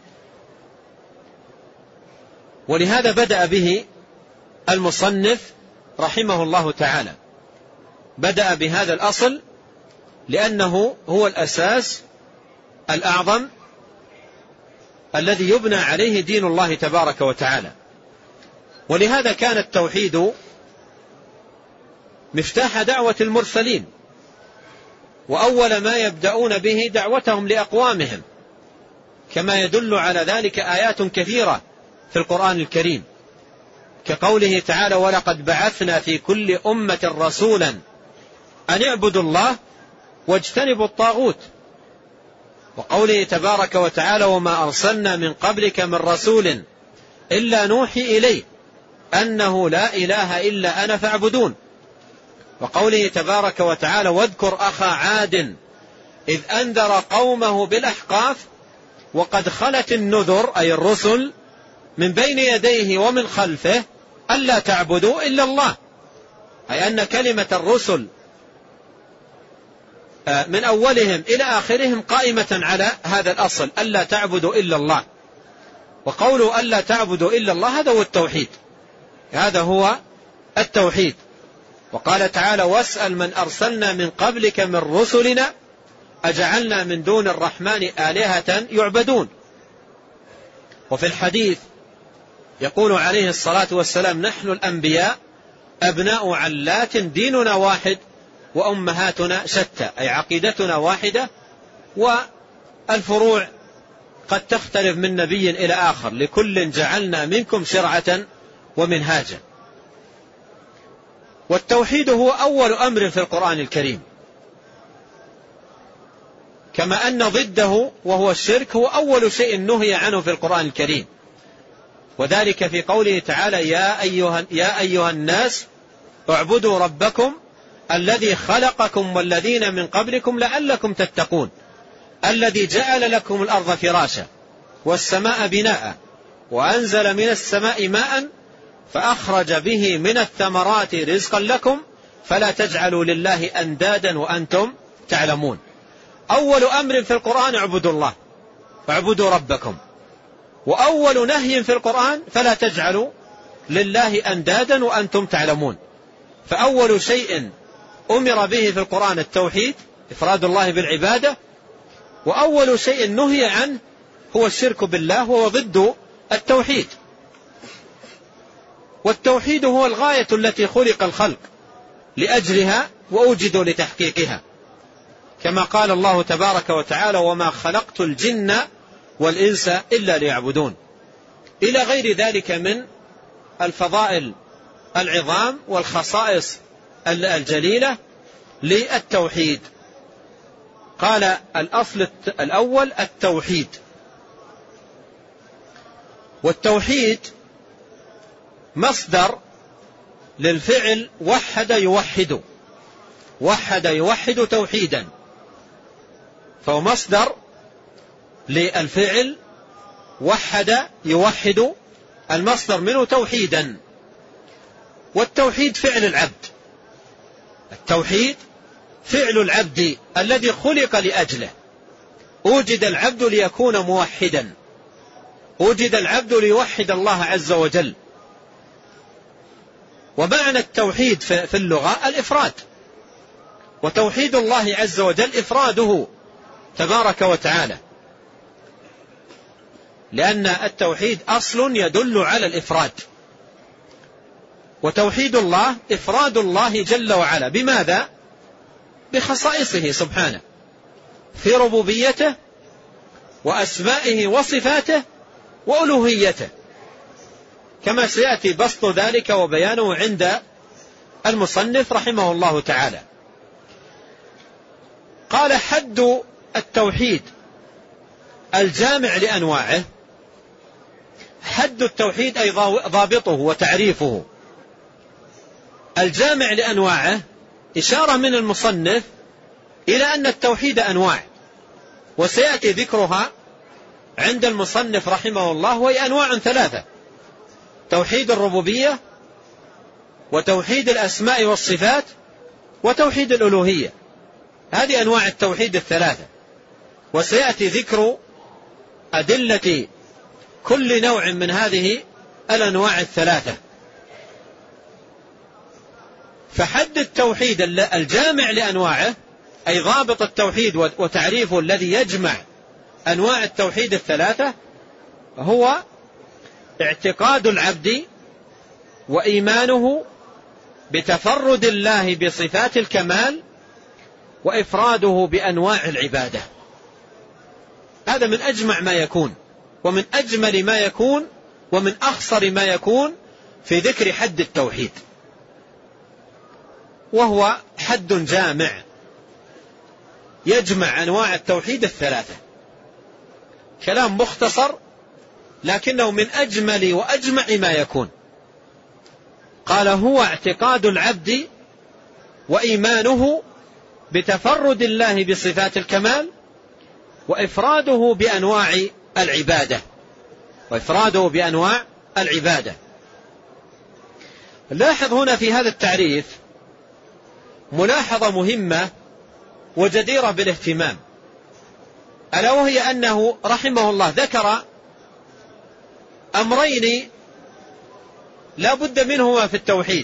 A: ولهذا بدأ به المصنف رحمه الله تعالى، بدأ بهذا الأصل لأنه هو الأساس الأعظم الذي يبنى عليه دين الله تبارك وتعالى. ولهذا كان التوحيد مفتاح دعوة المرسلين، وأول ما يبدأون به دعوتهم لأقوامهم، كما يدل على ذلك آيات كثيرة في القرآن الكريم، كقوله تعالى: ولقد بعثنا في كل أمة رسولا أن اعبدوا الله واجتنبوا الطاغوت، وقوله تبارك وتعالى: وما أرسلنا من قبلك من رسول إلا نوحي إليه أنه لا إله إلا أنا فاعبدون، وقوله تبارك وتعالى: واذكر أخا عاد إذ أنذر قومه بالأحقاف وقد خلت النذر، أي الرسل، من بين يديه ومن خلفه ألا تعبدوا إلا الله، أي أن كلمة الرسل من أولهم إلى آخرهم قائمة على هذا الأصل: ألا تعبدوا إلا الله. وقولوا ألا تعبدوا إلا الله هذا هو التوحيد، هذا هو التوحيد. وقال تعالى: واسأل من أرسلنا من قبلك من رسلنا أجعلنا من دون الرحمن آلهة يعبدون. وفي الحديث يقول عليه الصلاة والسلام: نحن الأنبياء أبناء علات ديننا واحد وأمهاتنا شتى، أي عقيدتنا واحدة والفروع قد تختلف من نبي إلى آخر، لكل جعلنا منكم شرعة ومنهاجا. والتوحيد هو أول أمر في القرآن الكريم، كما أن ضده وهو الشرك هو أول شيء نهي عنه في القرآن الكريم، وذلك في قوله تعالى: يا أيها الناس اعبدوا ربكم الذي خلقكم والذين من قبلكم لعلكم تتقون الذي جعل لكم الأرض فراشا والسماء بناء وأنزل من السماء ماء فأخرج به من الثمرات رزقا لكم فلا تجعلوا لله أندادا وأنتم تعلمون. أول أمر في القرآن اعبدوا الله واعبدوا ربكم، وأول نهي في القرآن فلا تجعلوا لله أندادا وأنتم تعلمون. فأول شيء أمر به في القرآن التوحيد، إفراد الله بالعبادة، وأول شيء نهي عنه هو الشرك بالله وهو ضد التوحيد. والتوحيد هو الغاية التي خلق الخلق لأجلها وأوجدوا لتحقيقها، كما قال الله تبارك وتعالى: وما خلقت الجن والإنس إلا ليعبدون، إلى غير ذلك من الفضائل العظام والخصائص الجليلة للتوحيد. قال: الأصل الأول التوحيد. والتوحيد مصدر للفعل وحد يوحد، وحد يوحد توحيدا، فهو مصدر للفعل وحد يوحد، المصدر منه توحيدا. والتوحيد فعل العبد، التوحيد فعل العبد الذي خلق لأجله. أوجد العبد ليكون موحدا، أوجد العبد ليوحد الله عز وجل. ومعنى التوحيد في اللغة الإفراد، وتوحيد الله عز وجل إفراده تبارك وتعالى، لأن التوحيد أصل يدل على الإفراد. وتوحيد الله إفراد الله جل وعلا، بماذا؟ بخصائصه سبحانه في ربوبيته وأسمائه وصفاته وألوهيته، كما سيأتي بسط ذلك وبيانه عند المصنف رحمه الله تعالى. قال: حد التوحيد الجامع لأنواعه. حد التوحيد أي ضابطه وتعريفه. الجامع لأنواعه إشارة من المصنف إلى أن التوحيد أنواع، وسيأتي ذكرها عند المصنف رحمه الله، وهي أنواع ثلاثة: توحيد الربوبية، وتوحيد الأسماء والصفات، وتوحيد الألوهية. هذه أنواع التوحيد الثلاثة، وسيأتي ذكر أدلة كل نوع من هذه الأنواع الثلاثة. فحد التوحيد الجامع لأنواعه أي ضابط التوحيد وتعريفه الذي يجمع أنواع التوحيد الثلاثة هو اعتقاد العبد وإيمانه بتفرد الله بصفات الكمال وإفراده بأنواع العبادة. هذا من أجمع ما يكون ومن أجمل ما يكون ومن أخصر ما يكون في ذكر حد التوحيد، وهو حد جامع يجمع أنواع التوحيد الثلاثة. كلام مختصر لكنه من أجمل وأجمع ما يكون. قال: هو اعتقاد العبد وإيمانه بتفرد الله بصفات الكمال وإفراده بأنواع العبادة. لاحظ هنا في هذا التعريف ملاحظة مهمة وجديرة بالاهتمام، ألا وهي أنه رحمه الله ذكر أمرين لا بد منهما في التوحيد.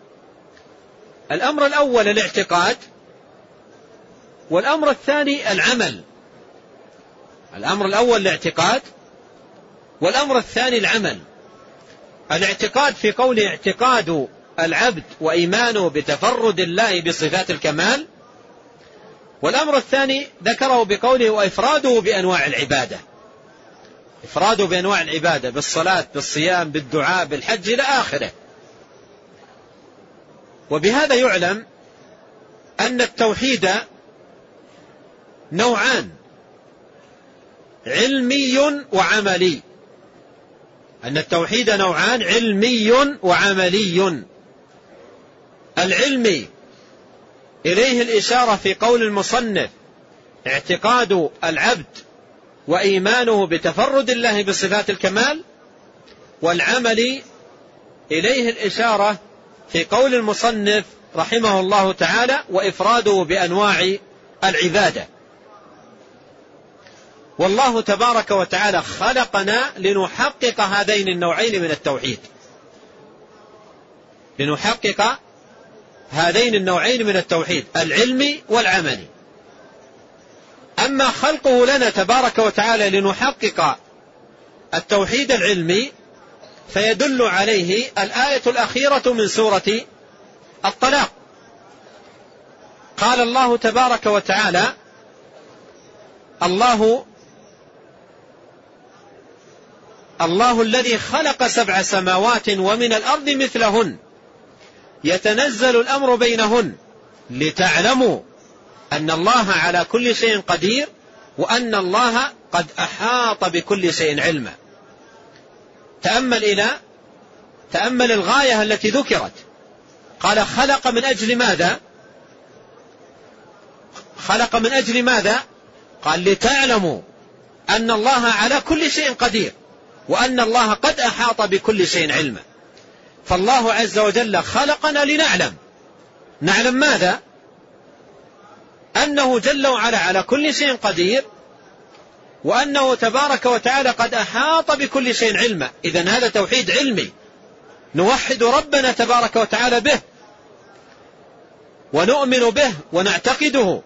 A: الأمر الأول الاعتقاد، والأمر الثاني العمل. الأمر الأول الاعتقاد، والأمر الثاني العمل. الاعتقاد في قول اعتقاد العبد وإيمانه بتفرد الله بصفات الكمال، والأمر الثاني ذكره بقوله وإفراده بأنواع العبادة. إفراده بأنواع العبادة بالصلاة بالصيام بالدعاء بالحج إلى آخره. وبهذا يعلم أن التوحيد نوعان: علمي وعملي. أن التوحيد نوعان: علمي وعملي. العلمي إليه الإشارة في قول المصنف اعتقاد العبد وإيمانه بتفرد الله بصفات الكمال، والعمل إليه الإشارة في قول المصنف رحمه الله تعالى وإفراده بأنواع العبادة. والله تبارك وتعالى خلقنا لنحقق هذين النوعين من التوحيد، لنحقق هذين النوعين من التوحيد العلمي والعملي. أما خلقه لنا تبارك وتعالى لنحقق التوحيد العلمي فيدل عليه الآية الأخيرة من سورة الطلاق. قال الله تبارك وتعالى: الله الذي خلق 7 سماوات ومن الأرض مثلهن يتنزل الأمر بينهن لتعلموا أن الله على كل شيء قدير وأن الله قد أحاط بكل شيء علما. تأمل الغاية التي ذكرت. قال خلق من أجل ماذا؟ خلق من أجل ماذا؟ قال لتعلموا أن الله على كل شيء قدير وأن الله قد أحاط بكل شيء علما. فالله عز وجل خلقنا نعلم ماذا؟ أنه جل وعلا على كل شيء قدير وأنه تبارك وتعالى قد أحاط بكل شيء علما. إذن هذا توحيد علمي، نوحد ربنا تبارك وتعالى به ونؤمن به ونعتقده،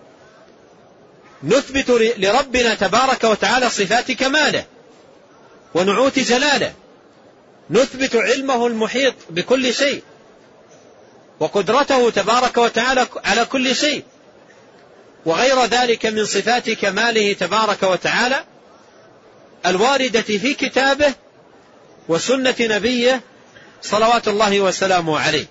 A: نثبت لربنا تبارك وتعالى صفات كماله ونعوت جلاله، نثبت علمه المحيط بكل شيء وقدرته تبارك وتعالى على كل شيء وغير ذلك من صفات كماله تبارك وتعالى الواردة في كتابه وسنة نبيه صلوات الله وسلامه عليه.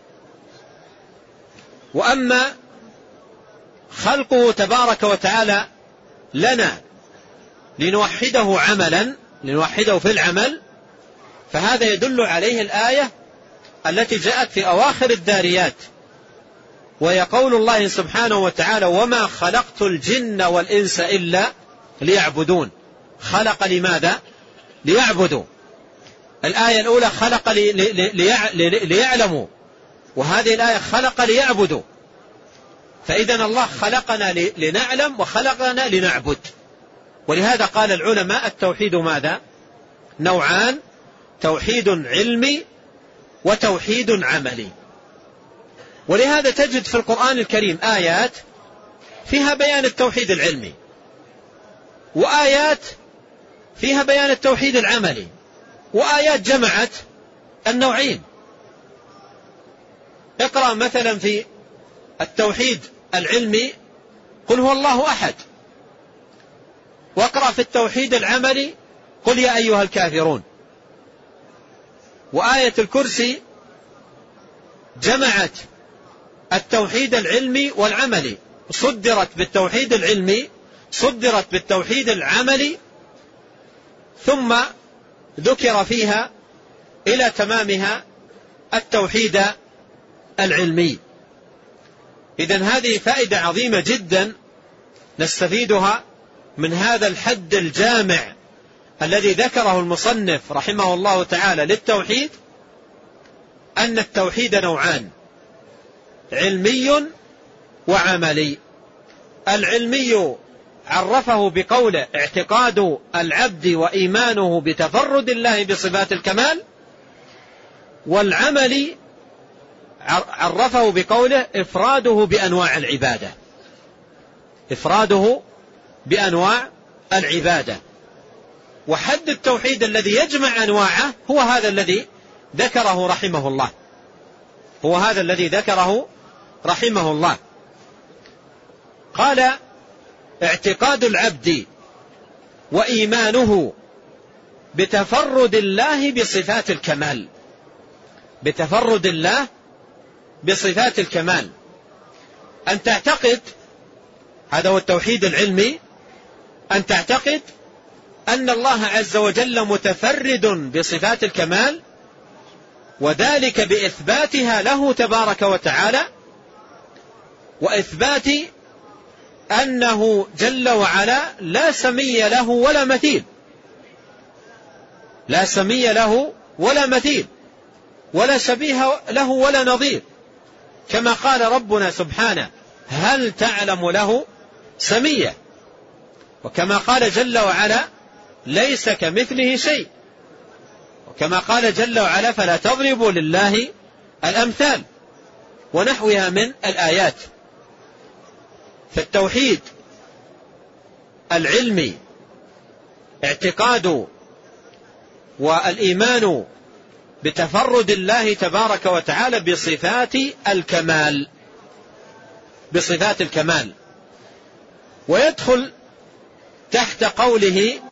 A: وأما خلقه تبارك وتعالى لنا لنوحده في العمل، فهذا يدل عليه الآية التي جاءت في أواخر الذاريات، وهي قول الله سبحانه وتعالى وما خلقت الجن والإنس إلا ليعبدون. خلق لماذا؟ ليعبدوا. الآية الأولى خلق ليعلموا، وهذه الآية خلق ليعبدوا. فإذن الله خلقنا لنعلم وخلقنا لنعبد. ولهذا قال العلماء التوحيد ماذا؟ نوعان: توحيد علمي وتوحيد عملي. ولهذا تجد في القرآن الكريم آيات فيها بيان التوحيد العلمي وآيات فيها بيان التوحيد العملي وآيات جمعت النوعين. اقرأ مثلا في التوحيد العلمي قل هو الله أحد، واقرأ في التوحيد العملي قل يا أيها الكافرون. وآية الكرسي جمعت التوحيد العلمي والعملي، صدرت بالتوحيد العلمي، صدرت بالتوحيد العملي، ثم ذكر فيها إلى تمامها التوحيد العلمي. إذن هذه فائدة عظيمة جدا نستفيدها من هذا الحد الجامع الذي ذكره المصنف رحمه الله تعالى للتوحيد، أن التوحيد نوعان: علمي وعملي. العلمي عرفه بقوله اعتقاد العبد وإيمانه بتفرد الله بصفات الكمال، والعملي عرفه بقوله إفراده بأنواع العبادة، إفراده بأنواع العبادة. وحد التوحيد الذي يجمع أنواعه هو هذا الذي ذكره رحمه الله، هو هذا الذي ذكره رحمه الله. قال اعتقاد العبد وإيمانه بتفرد الله بصفات الكمال، بتفرد الله بصفات الكمال. أن تعتقد، هذا هو التوحيد العلمي، أن تعتقد أن الله عز وجل متفرد بصفات الكمال، وذلك بإثباتها له تبارك وتعالى، وإثبات أنه جل وعلا لا سمي له ولا مثيل، لا سمي له ولا مثيل، ولا شبيه له ولا نظير، كما قال ربنا سبحانه هل تعلم له سميا، وكما قال جل وعلا ليس كمثله شيء، وكما قال جل وعلا فلا تضربوا لله الأمثال، ونحوها من الآيات. فالتوحيد العلمي اعتقاد والإيمان بتفرد الله تبارك وتعالى بصفات الكمال، بصفات الكمال. ويدخل تحت قوله